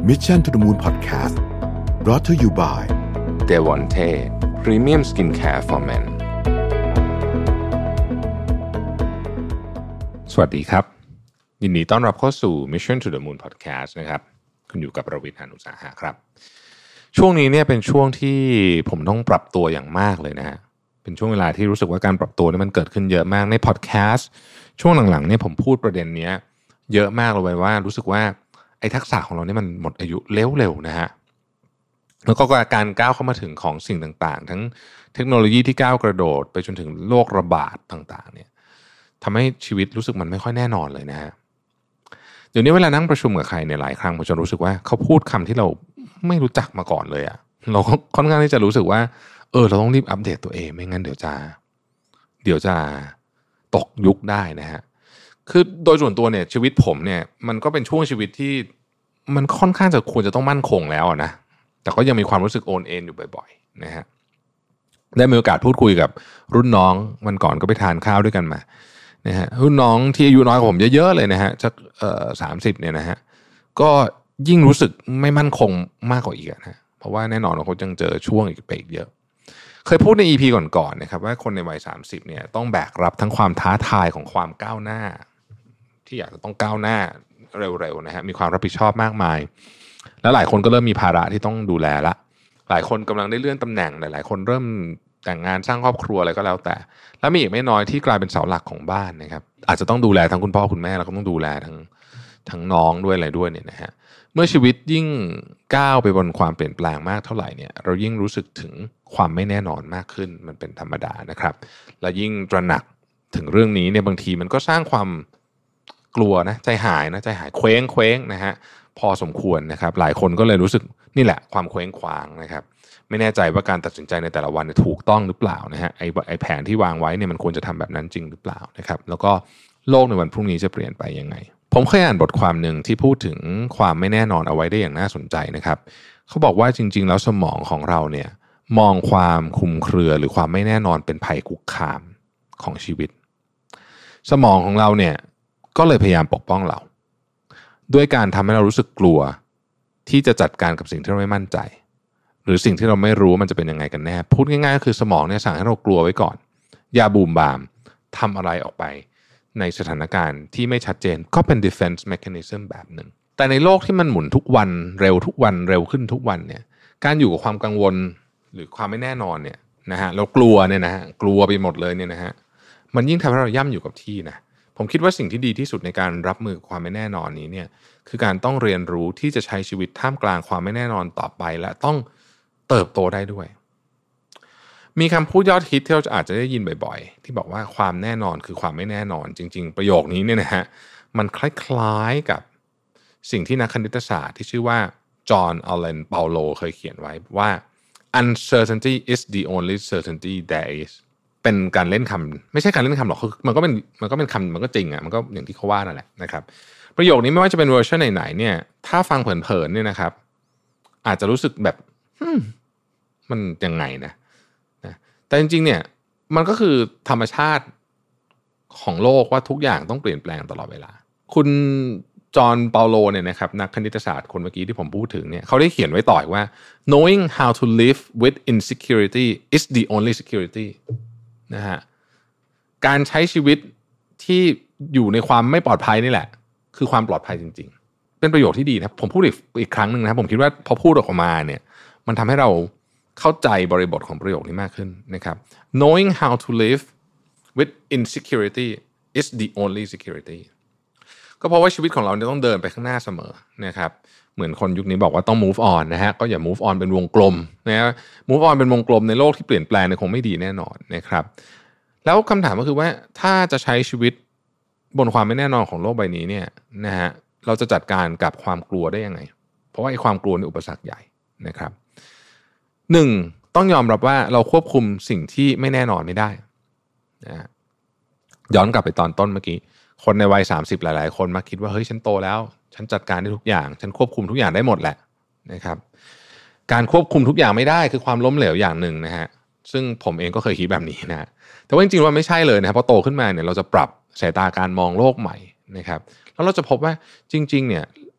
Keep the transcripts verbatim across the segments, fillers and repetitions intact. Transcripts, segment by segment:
Mission to the Moon Podcast brought to you by Devonte Premium Skincare for Men สวัสดีครับยินดีต้อนรับเข้าสู่ Mission to the Moon Podcast นะครับคุณอยู่กับประวิทย์ หาญอุตสาหะครับช่วงนี้เนี่ยเป็นช่วงที่ผมต้องปรับตัวอย่างมากเลยนะฮะเป็นช่วงเวลาที่รู้สึกว่าการปรับตัวนี่มันเกิดขึ้นเยอะมากในพอดแคสต์ช่วงหลังๆเนี่ยผมพูดประเด็นนี้เยอะมากเลยว่ารู้สึกว่าไอ้ทักษะของเรานี่มันหมดอายุเร็วๆนะฮะแล้วก็การก้าวเข้ามาถึงของสิ่งต่างๆทั้งเทคโนโลยีที่ก้าวกระโดดไปจนถึงโรคระบาดต่างๆเนี่ยทำให้ชีวิตรู้สึกมันไม่ค่อยแน่นอนเลยนะฮะเดี๋ยวนี้เวลานั่งประชุมกับใครเนี่ยหลายครั้งผมจะรู้สึกว่าเขาพูดคำที่เราไม่รู้จักมาก่อนเลยอะเราค่อนข้างที่จะรู้สึกว่าเออเราต้องรีบอัปเดตตัวเองไม่งั้นเดี๋ยวจะเดี๋ยวจะตกยุคได้นะฮะคือโดยส่วนตัวเนี่ยชีวิตผมเนี่ยมันก็เป็นช่วงชีวิตที่มันค่อนข้างจะควรจะต้องมั่นคงแล้วนะแต่ก็ยังมีความรู้สึกโอนเอ็นอยู่บ่อยๆนะฮะได้มีโอกาสพูดคุยกับรุ่นน้องวันก่อนก็ไปทานข้าวด้วยกันมานะฮะรุ่นน้องที่อายุน้อยกว่าผมเยอะๆเลยนะฮะสักเอ่อสามสิบเนี่ยนะฮะก็ยิ่งรู้สึกไม่มั่นคงมากกว่าอีกนะเพราะว่าแน่นอนว่าเขายังเจอช่วงอีกไปอีกเยอะเคยพูดใน อี พี ก่อนๆนะครับว่าคนในวัยสามสิบเนี่ยต้องแบกรับทั้งความท้าทายของความก้าวหน้าที่อยากจะต้องก้าวหน้าเร็วๆนะฮะมีความรับผิดชอบมากมายแล้วหลายคนก็เริ่มมีภาระที่ต้องดูแลละหลายคนกำลังได้เลื่อนตำแหน่งหลายๆคนเริ่มแต่งงานสร้างครอบครัวอะไรก็แล้วแต่แล้วมีอีกไม่น้อยที่กลายเป็นเสาหลักของบ้านนะครับอาจจะต้องดูแลทั้งคุณพ่อคุณแม่แล้วก็ต้องดูแลทั้งทั้งน้องด้วยอะไรด้วยเนี่ยนะฮะเมื่อชีวิตยิ่งก้าวไปบนความเปลี่ยนแปลงมากเท่าไหร่เนี่ยเรายิ่งรู้สึกถึงความไม่แน่นอนมากขึ้นมันเป็นธรรมดานะครับและยิ่งตระหนักถึงเรื่องนี้เนี่ยบางทีมันก็สร้างความกลัวนะใจหายนะใจหายเคว้งเคว้งนะฮะพอสมควรนะครับหลายคนก็เลยรู้สึกนี่แหละความเคว้งคว้างนะครับไม่แน่ใจว่าการตัดสินใจในแต่ละวันเนี่ยถูกต้องหรือเปล่านะฮะไอ้ไอ้แผนที่วางไว้เนี่ยมันควรจะทำแบบนั้นจริงหรือเปล่านะครับแล้วก็โลกในวันพรุ่งนี้จะเปลี่ยนไปยังไงผมเคยอ่านบทความหนึ่งที่พูดถึงความไม่แน่นอนเอาไว้ได้อย่างน่าสนใจนะครับเขาบอกว่าจริงๆแล้วสมองของเราเนี่ยมองความคลุมเครือหรือความไม่แน่นอนเป็นภัยคุกคามของชีวิตสมองของเราเนี่ยก็เลยพยายามปกป้องเราด้วยการทำให้เรารู้สึกกลัวที่จะจัดการกับสิ่งที่เราไม่มั่นใจหรือสิ่งที่เราไม่รู้มันจะเป็นยังไงกันแน่พูดง่ายๆก็คือสมองเนี่ยสั่งให้เรากลัวไว้ก่อนอย่าบูมบามทำอะไรออกไปในสถานการณ์ที่ไม่ชัดเจนก็เป็น defense mechanism แบบหนึ่งแต่ในโลกที่มันหมุนทุกวันเร็วทุกวันเร็วขึ้นทุกวันเนี่ยการอยู่กับความกังวลหรือความไม่แน่นอนเนี่ยนะฮะเรากลัวเนี่ยนะฮะกลัวไปหมดเลยเนี่ยนะฮะมันยิ่งทำให้เราย่ำอยู่กับที่นะผมคิดว่าสิ่งที่ดีที่สุดในการรับมือกับความไม่แน่นอนนี้เนี่ยคือการต้องเรียนรู้ที่จะใช้ชีวิตท่ามกลางความไม่แน่นอนต่อไปและต้องเติบโตได้ด้วยมีคำพูดยอดฮิตที่เราอาจจะได้ยินบ่อยๆที่บอกว่าความแน่นอนคือความไม่แน่นอนจริงๆประโยคนี้เนี่ยนะฮะมันคล้ายๆกับสิ่งที่นักคณิตศาสตร์ที่ชื่อว่าจอห์นอัลเลนเปาโลเคยเขียนไว้ว่า uncertainty is the only certainty there is เป็นการเล่นคำไม่ใช่การเล่นคำหรอกคือมันก็เป็นมันก็เป็นคำมันก็จริงอ่ะมันก็อย่างที่เขาว่านั่นแหละนะครับประโยคนี้ไม่ว่าจะเป็นเวอร์ชันไหนๆเนี่ยถ้าฟังเผินๆเนี่ยนะครับอาจจะรู้สึกแบบมันยังไงนะแต่จริงๆเนี่ยมันก็คือธรรมชาติของโลกว่าทุกอย่างต้องเปลี่ยนแปลงตลอดเวลาคุณจอห์นเปาโลเนี่ยนะครับนักคณิตศาสตร์คนเมื่อกี้ที่ผมพูดถึงเนี่ยเขาได้เขียนไว้ต่อว่า knowing how to live with insecurity is the only security นะฮะการใช้ชีวิตที่อยู่ในความไม่ปลอดภัยนี่แหละคือความปลอดภัยจริงๆเป็นประโยคที่ดีนะผมพูดอีกอีกครั้งนึงนะผมคิดว่าพอพูดออกมาเนี่ยมันทำให้เราเข้าใจบริบทของประโยคนี้มากขึ้นนะครับ knowing how to live with insecurity is the only security ก็เพราะว่าชีวิตของเราเนี่ยต้องเดินไปข้างหน้าเสมอนะครับเหมือนคนยุคนี้บอกว่าต้อง move on นะฮะก็อย่า move on เป็นวงกลมนะฮะ move on เป็นวงกลมในโลกที่เปลี่ยนแปลงเนี่ยคงไม่ดีแน่นอนนะครับแล้วคำถามก็คือว่าถ้าจะใช้ชีวิตบนความไม่แน่นอนของโลกใบนี้เนี่ยนะฮะเราจะจัดการกับความกลัวได้ยังไงเพราะว่าไอ้ความกลัวเป็นอุปสรรคใหญ่นะครับหนึ่งต้องยอมรับว่าเราควบคุมสิ่งที่ไม่แน่นอนไม่ได้นะย้อนกลับไปตอนต้นเมื่อกี้คนในวัยสามสิบหลายๆคนมาคิดว่าเฮ้ยฉันโตแล้วฉันจัดการได้ทุกอย่างฉันควบคุมทุกอย่างได้หมดแหละนะครับการควบคุมทุกอย่างไม่ได้คือความล้มเหลวอย่างหนึ่งนะฮะซึ่งผมเองก็เคยคิดแบบนี้นะแต่ว่าจริงๆว่าไม่ใช่เลยนะครับพอโตขึ้นมาเนี่ยเราจะปรับสายตาการมองโลกใหม่นะครับแล้วเราจะพบว่าจริงๆเนี่ย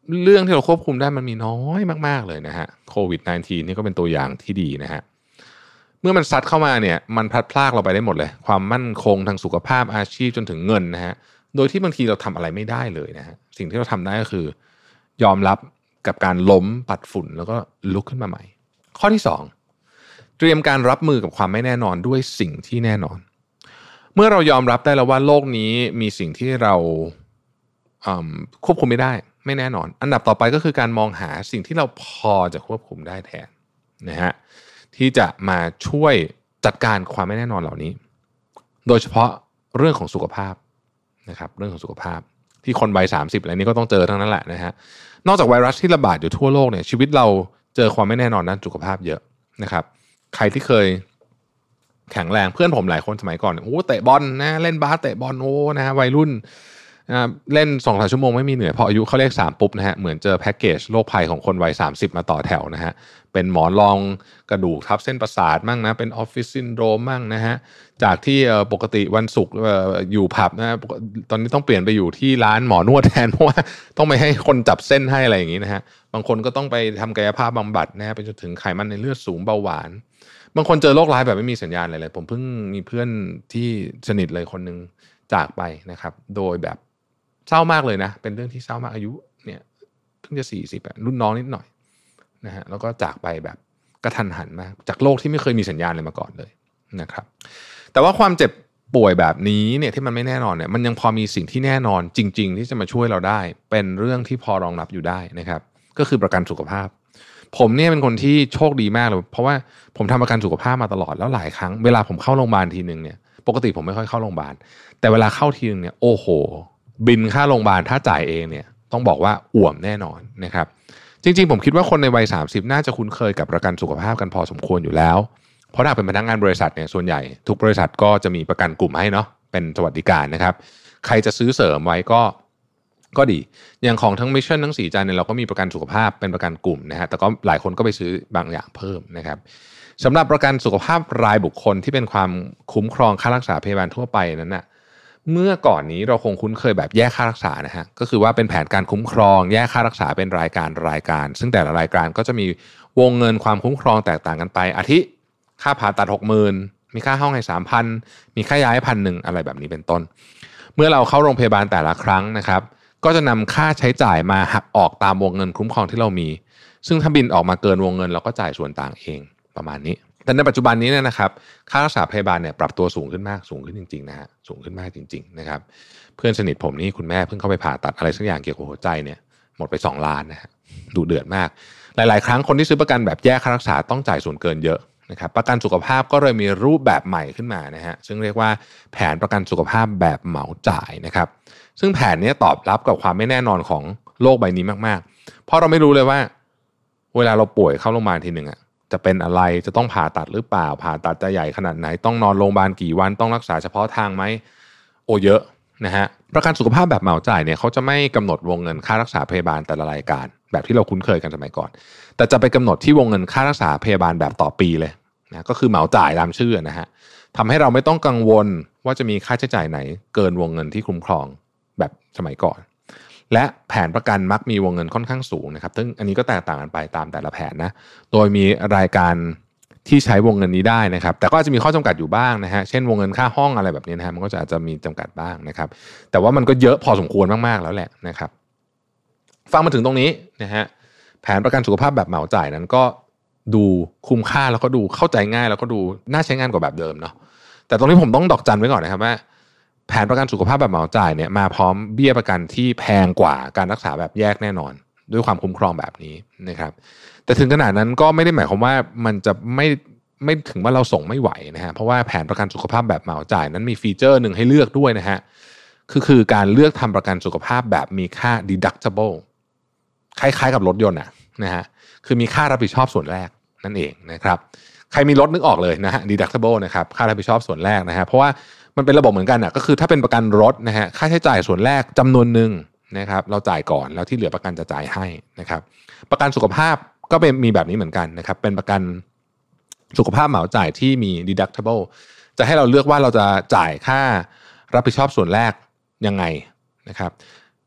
เรื่องที่เราควบคุมได้มันมีน้อยมากๆเลยนะฮะโควิด สิบเก้า นี่ก็เป็นตัวอย่างที่ดีนะฮะเมื่อมันซัดเข้ามาเนี่ยมันพลัดพรากเราไปได้หมดเลยความมั่นคงทางสุขภาพอาชีพจนถึงเงินนะฮะโดยที่บางทีเราทำอะไรไม่ได้เลยนะฮะสิ่งที่เราทำได้ก็คือยอมรับกับการล้มปัดฝุ่นแล้วก็ลุกขึ้นมาใหม่ข้อที่สองเตรียมการรับมือกับความไม่แน่นอนด้วยสิ่งที่แน่นอนเมื่อเรายอมรับได้แล้วว่าโลกนี้มีสิ่งที่เราควบคุมไม่ได้ไม่แน่นอนอันดับต่อไปก็คือการมองหาสิ่งที่เราพอจะควบคุมได้แทนนะฮะที่จะมาช่วยจัดการความไม่แน่นอนเหล่านี้โดยเฉพาะเรื่องของสุขภาพนะครับเรื่องของสุขภาพที่คนวัยสามสิบอะไรนี้ก็ต้องเจอทั้งนั้นแหละนะฮะนอกจากไวรัสที่ระบาดอยู่ทั่วโลกเนี่ยชีวิตเราเจอความไม่แน่นอนด้านสุขภาพเยอะนะครับใครที่เคยแข็งแรงเพื่อนผมหลายคนสมัยก่อนโอ้เตะบอลนะเล่นบาสเตะบอลโอ้นะฮะวัยรุ่นเล่น สองถึงสาม ชั่วโมงไม่มีเหนื่อยพออายุเขาเลขสามปุ๊บนะฮะเหมือนเจอแพ็กเกจโรคภัยของคนวัยสามสิบมาต่อแถวนะฮะเป็นหมอนรองกระดูกทับเส้นประสาทมั่งนะเป็นออฟฟิศซินโดรมมั่งนะฮะจากที่ปกติวันศุกร์อยู่ผับนะตอนนี้ต้องเปลี่ยนไปอยู่ที่ร้านหมอนวดแทนเพราะว่าต้องไปให้คนจับเส้นให้อะไรอย่างงี้นะฮะบางคนก็ต้องไปทำกายภาพบำบัดนะฮะไปจนถึงไขมันในเลือดสูงเบาหวานบางคนเจอโรคร้ายแบบไม่มีสัญญาณอะไรเลยผมเพิ่งมีเพื่อนที่สนิทเลยคนนึงจากไปนะครับโดยแบบเศร้ามากเลยนะเป็นเรื่องที่เศร้ามากอายุเนี่ยเพิ่งจะสี่สิบอะรุ่นน้องนิดหน่อยนะฮะแล้วก็จากไปแบบกระทันหันมากจากโรคที่ไม่เคยมีสัญญาณอะไรมาก่อนเลยนะครับแต่ว่าความเจ็บป่วยแบบนี้เนี่ยที่มันไม่แน่นอนเนี่ยมันยังพอมีสิ่งที่แน่นอนจริงๆที่จะมาช่วยเราได้เป็นเรื่องที่พอรองรับอยู่ได้นะครับก็คือประกันสุขภาพผมเนี่ยเป็นคนที่โชคดีมากเลยเพราะว่าผมทำประกันสุขภาพมาตลอดแล้วหลายครั้งเวลาผมเข้าโรงพยาบาลทีนึงเนี่ยปกติผมไม่ค่อยเข้าโรงพยาบาลแต่เวลาเข้าทีนึงเนี่ยโอ้โหบินค่าโรงพยาบาลถ้าจ่ายเองเนี่ยต้องบอกว่าอ่วมแน่นอนนะครับจริงๆผมคิดว่าคนในวัยสามสิบน่าจะคุ้นเคยกับประกันสุขภาพกันพอสมควรอยู่แล้วเพราะถ้าเป็นพนักงานบริษัทเนี่ยส่วนใหญ่ทุกบริษัทก็จะมีประกันกลุ่มให้เนาะเป็นสวัสดิการนะครับใครจะซื้อเสริมไว้ก็ก็ดีอย่างของทั้งมิชชั่นทั้งสี่จานเนี่ยเราก็มีประกันสุขภาพเป็นประกันกลุ่มนะฮะแต่ก็หลายคนก็ไปซื้อบางอย่างเพิ่มนะครับสำหรับประกันสุขภาพรายบุคคลที่เป็นความคุ้มครองค่ารักษาพยาบาลทั่วไปนั้นนะเมื่อก่อนนี้เราคงคุ้นเคยแบบแยกค่ารักษานะฮะก็คือว่าเป็นแผนการคุ้มครองแยกค่ารักษาเป็นรายการรายการซึ่งแต่ละรายการก็จะมีวงเงินความคุ้มครองแตกต่างกันไปอาทิค่าผ่าตัด หกหมื่น มีค่าห้องให้ สามพัน มีค่าย้าย หนึ่งพัน อะไรแบบนี้เป็นต้นเมื่อเราเข้าโรงพยาบาลแต่ละครั้งนะครับก็จะนำค่าใช้จ่ายมาหักออกตามวงเงินคุ้มครองที่เรามีซึ่งถ้าบินออกมาเกินวงเงินเราก็จ่ายส่วนต่างเองประมาณนี้แต่ในปัจจุบันนี้เนี่ยนะครับค่ารักษาพยาบาลเนี่ยปรับตัวสูงขึ้นมากสูงขึ้นจริงๆนะฮะสูงขึ้นมากจริงๆนะครับเพื่อนสนิทผมนี่คุณแม่เพิ่งเข้าไปผ่าตัดอะไรสักอย่างเกี่ยวกับหัวใจเนี่ยหมดไปสองล้านนะฮะดุเดือดมากหลายๆครั้งคนที่ซื้อประกันแบบแยกค่ารักษาต้องจ่ายส่วนเกินเยอะนะครับประกันสุขภาพก็เลยมีรูปแบบใหม่ขึ้นมานะฮะซึ่งเรียกว่าแผนประกันสุขภาพแบบเหมาจ่ายนะครับซึ่งแผนนี้ตอบรับกับความไม่แน่นอนของโลกใบนี้มากๆเพราะเราไม่รู้เลยว่าเวลาเราป่วยเข้าโรงพยาบาลทีนึงอ่ะจะเป็นอะไรจะต้องผ่าตัดหรือเปล่าผ่าตัดจะใหญ่ขนาดไหนต้องนอนโรงพยาบาลกี่วันต้องรักษาเฉพาะทางไหมโอ้เยอะนะฮะประกันสุขภาพแบบเหมาจ่ายเนี่ยเขาจะไม่กำหนดวงเงินค่ารักษาพยาบาลแต่ละรายการแบบที่เราคุ้นเคยกันสมัยก่อนแต่จะไปกำหนดที่วงเงินค่ารักษาพยาบาลแบบต่อปีเลยนะก็คือเหมาจ่ายตามชื่อนะฮะทำให้เราไม่ต้องกังวลว่าจะมีค่าใช้จ่ายไหนเกินวงเงินที่คุ้มครองแบบสมัยก่อนและแผนประกันมักมีวงเงินค่อนข้างสูงนะครับซึ่งอันนี้ก็แตกต่างกันไปตามแต่ละแผนนะโดยมีรายการที่ใช้วงเงินนี้ได้นะครับแต่ก็อาจจะมีข้อจำกัดอยู่บ้างนะฮะเช่นวงเงินค่าห้องอะไรแบบนี้นะฮะมันก็จะอาจจะมีจำกัดบ้างนะครับแต่ว่ามันก็เยอะพอสมควรมากๆแล้วแหละนะครับฟังมาถึงตรงนี้นะฮะแผนประกันสุขภาพแบบเหมาจ่ายนั้นก็ดูคุ้มค่าแล้วก็ดูเข้าใจง่ายแล้วก็ดูน่าใช้งานกว่าแบบเดิมเนาะแต่ตรงนี้ผมต้องดอกจันไว้ก่อนนะครับว่าแผนประกันสุขภาพแบบเหมาจ่ายเนี่ยมาพร้อมเบี้ยประกันที่แพงกว่าการรักษาแบบแยกแน่นอนด้วยความคุ้มครองแบบนี้นะครับแต่ถึงขนาดนั้นก็ไม่ได้หมายความว่ามันจะไม่ไม่ถึงว่าเราส่งไม่ไหวนะฮะเพราะว่าแผนประกันสุขภาพแบบเหมาจ่ายนั้นมีฟีเจอร์หนึ่งให้เลือกด้วยนะฮะคือคือการเลือกทำประกันสุขภาพแบบมีค่า deductible คล้ายๆกับรถยนต์นะนะฮะคือมีค่ารับผิดชอบส่วนแรกนั่นเองนะครับใครมีรถนึกออกเลยนะฮะ deductible นะครับค่ารับผิดชอบส่วนแรกนะฮะเพราะว่ามันเป็นระบบเหมือนกันนะก็คือถ้าเป็นประกันรถนะฮะค่าใช้จ่ายส่วนแรกจำนวนหนึ่งนะครับเราจ่ายก่อนแล้วที่เหลือประกันจะจ่ายให้นะครับประกันสุขภาพก็เป็นมีแบบนี้เหมือนกันนะครับเป็นประกันสุขภาพเหมาจ่ายที่มี deductible จะให้เราเลือกว่าเราจะจ่ายค่ารับผิดชอบส่วนแรกยังไงนะครับ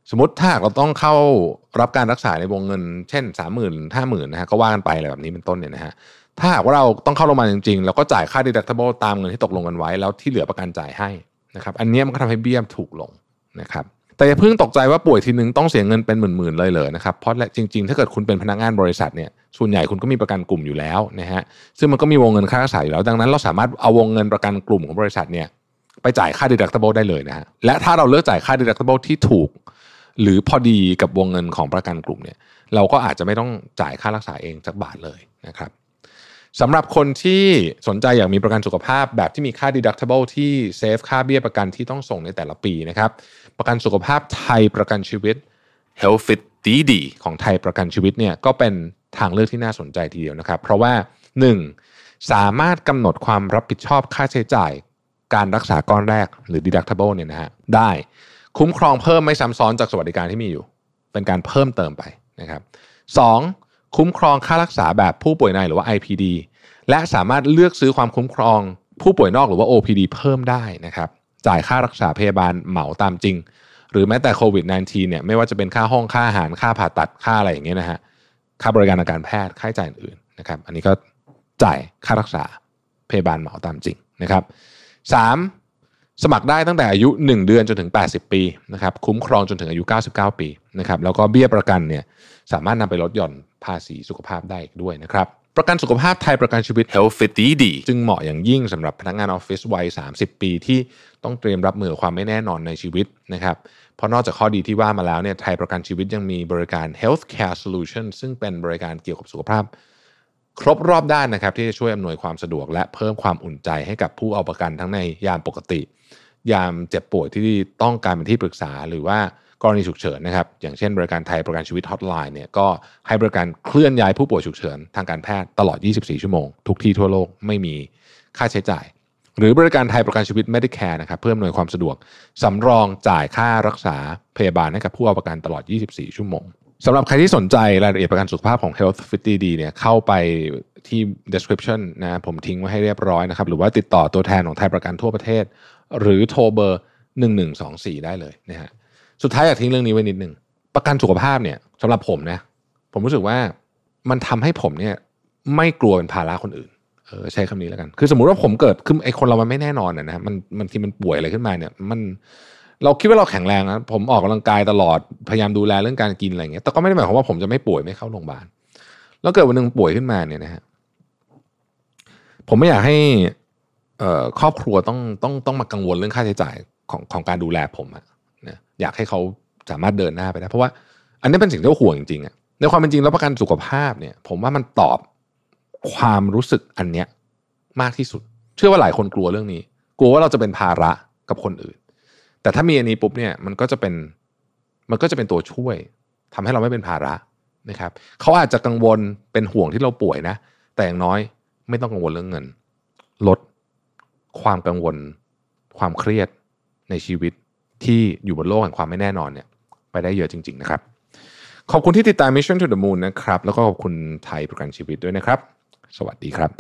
สมมติถ้าเราต้องเข้ารับการรักษาในวงเงินเช่น สามหมื่น ห้าหมื่น นะฮะก็ว่ากันไปอะไรแบบนี้เป็นต้นเนี่ยนะฮะถ้าหากว่าเราต้องเข้าโรงพยาบาลจริงๆเราก็จ่ายค่า deductible ตามเงินที่ตกลงกันไว้แล้วที่เหลือประกันจ่ายให้นะครับอันนี้มันก็ทำให้เบี้ยถูกลงนะครับแต่อย่าเพิ่งตกใจว่าป่วยทีนึงต้องเสียเงินเป็นหมื่นๆเลยเลยนะครับเพราะจริงๆถ้าเกิดคุณเป็นพนักงานบริษัทเนี่ยส่วนใหญ่คุณก็มีประกันกลุ่มอยู่แล้วนะฮะซึ่งมันก็มีวงเงินค่ารักษาอยู่แล้วดังนั้นเราสามารถเอาวงเงินประกันกลุ่มของบริษัทเนี่ยไปจ่ายค่า deductible ได้เลยนะฮะและถ้าเราเลือกจ่ายค่า deductible ที่ถูกหรือพอดีกับวงเงินของประกันกลุ่มเนี่ยเราก็อาจจะไม่ต้องจ่ายค่ารักษาเองสักบาทเลยนะครับสำหรับคนที่สนใจอยากมีประกันสุขภาพแบบที่มีค่า deductible ที่เซฟค่าเบี้ยประกันที่ต้องส่งในแต่ละปีนะครับประกันสุขภาพไทยประกันชีวิต Health Fit ดีดีของไทยประกันชีวิตเนี่ยก็เป็นทางเลือกที่น่าสนใจทีเดียวนะครับเพราะว่า หนึ่ง สามารถกำหนดความรับผิดชอบค่าใช้จ่ายการรักษาก้อนแรกหรือ deductible เนี่ยนะฮะได้คุ้มครองเพิ่มไม่ซ้ำซ้อนจากสวัสดิการที่มีอยู่เป็นการเพิ่มเติมไปนะครับสองคุ้มครองค่ารักษาแบบผู้ป่วยในหรือว่า ไอ พี ดี และสามารถเลือกซื้อความคุ้มครองผู้ป่วยนอกหรือว่า โอ พี ดี เพิ่มได้นะครับจ่ายค่ารักษาพยาบาลเหมาตามจริงหรือแม้แต่โควิด สิบเก้า เนี่ยไม่ว่าจะเป็นค่าห้องค่าอาหารค่าผ่าตัดค่าอะไรอย่างเงี้ยนะฮะค่าบริการทางการแพทย์ค่าใช้จ่ายอื่นๆนะครับอันนี้ก็จ่ายค่ารักษาพยาบาลเหมาตามจริงนะครับสามสมัครได้ตั้งแต่อายุหนึ่งเดือนจนถึงแปดสิบปีนะครับคุ้มครองจนถึงอายุเก้าสิบเก้าปีนะครับแล้วก็เบี้ยประกันเนี่ยสามารถนำไปลดหย่อนภาษีสุขภาพได้อีกด้วยนะครับประกันสุขภาพไทยประกันชีวิต Health Fit ดีดีจึงเหมาะอย่างยิ่งสำหรับพนักงานออฟฟิศวัยสามสิบปีที่ต้องเตรียมรับมือกับความไม่แน่นอนในชีวิตนะครับเพราะนอกจากข้อดีที่ว่ามาแล้วเนี่ยไทยประกันชีวิตยังมีบริการ Health Care Solution ซึ่งเป็นบริการเกี่ยวกับสุขภาพครบรอบด้านนะครับที่จะช่วยอำนวยความสะดวกและเพิ่มความอุ่นใจให้กับผู้เอาประกันทั้งในยามปกติยามเจ็บป่วยที่ต้องการเป็นที่ปรึกษาหรือว่ากรณีฉุกเฉินนะครับอย่างเช่นบริการไทยประกันชีวิตฮอตไลน์เนี่ยก็ให้บริการเคลื่อนย้ายผู้ป่วยฉุกเฉินทางการแพทย์ตลอดยี่สิบสี่ชั่วโมงทุกที่ทั่วโลกไม่มีค่าใช้จ่ายหรือบริการไทยประกันชีวิต Medicare นะครับเพื่ออำนวยความสะดวกสำรองจ่ายค่ารักษาพยาบาลให้กับผู้เอาประกันตลอดยี่สิบสี่ชั่วโมงสำหรับใครที่สนใจรายละเอียดประกันสุขภาพของ Health Fit ดีดีเนี่ยเข้าไปที่ description นะผมทิ้งไว้ให้เรียบร้อยนะครับหรือว่าติดต่อตัวแทนของไทยประกันทั่วประเทศหรือโทรเบอร์หนึ่งหนึ่งสองสี่ได้เลยนะฮะสุดท้ายอยากทิ้งเรื่องนี้ไว้นิดนึงประกันสุขภาพเนี่ยสำหรับผมนะผมรู้สึกว่ามันทำให้ผมเนี่ยไม่กลัวเป็นภาระคนอื่นเออใช้คำนี้แล้วกันคือสมมุติว่าผมเกิดคือไอ้คนเรามันไม่แน่นอนนะนะมันมันที่มันป่วยอะไรขึ้นมาเนี่ยมันเราคิดว่าเราแข็งแรงนะผมออกกำลังกายตลอดพยายามดูแลเรื่องการกินอะไรเงี้ยแต่ก็ไม่ได้หมายความว่าผมจะไม่ป่วยไม่เข้าโรงพยาบาลแล้วเกิดวันนึงป่วยขึ้นมาเนี่ยนะฮะผมไม่อยากให้เอ่อครอบครัวต้องต้องต้องมากังวลเรื่องค่าใช้จ่ายของของการดูแลผมอะนะอยากให้เขาสามารถเดินหน้าไปได้เพราะว่าอันนี้เป็นสิ่งที่เราห่วงจริงๆอะในความเป็นจริงแล้วประกันสุขภาพเนี่ยผมว่ามันตอบความรู้สึกอันเนี้ยมากที่สุดเชื่อว่าหลายคนกลัวเรื่องนี้กลัวว่าเราจะเป็นภาระกับคนอื่นแต่ถ้ามีอันนี้ปุ๊บเนี่ยมันก็จะเป็นมันก็จะเป็นตัวช่วยทำให้เราไม่เป็นภาระนะครับเขาอาจจะกังวลเป็นห่วงที่เราป่วยนะแต่อย่างน้อยไม่ต้องกังวลเรื่องเงินลดความกังวลความเครียดในชีวิตที่อยู่บนโลกแห่งความไม่แน่นอนเนี่ยไปได้เยอะจริงๆนะครับขอบคุณที่ติดตาม Mission to the Moon นะครับแล้วก็ขอบคุณไทยประกันชีวิตด้วยนะครับสวัสดีครับ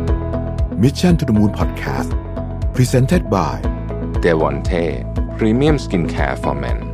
Mission to the Moon Podcast Presented by Devonte Premium Skincare for Men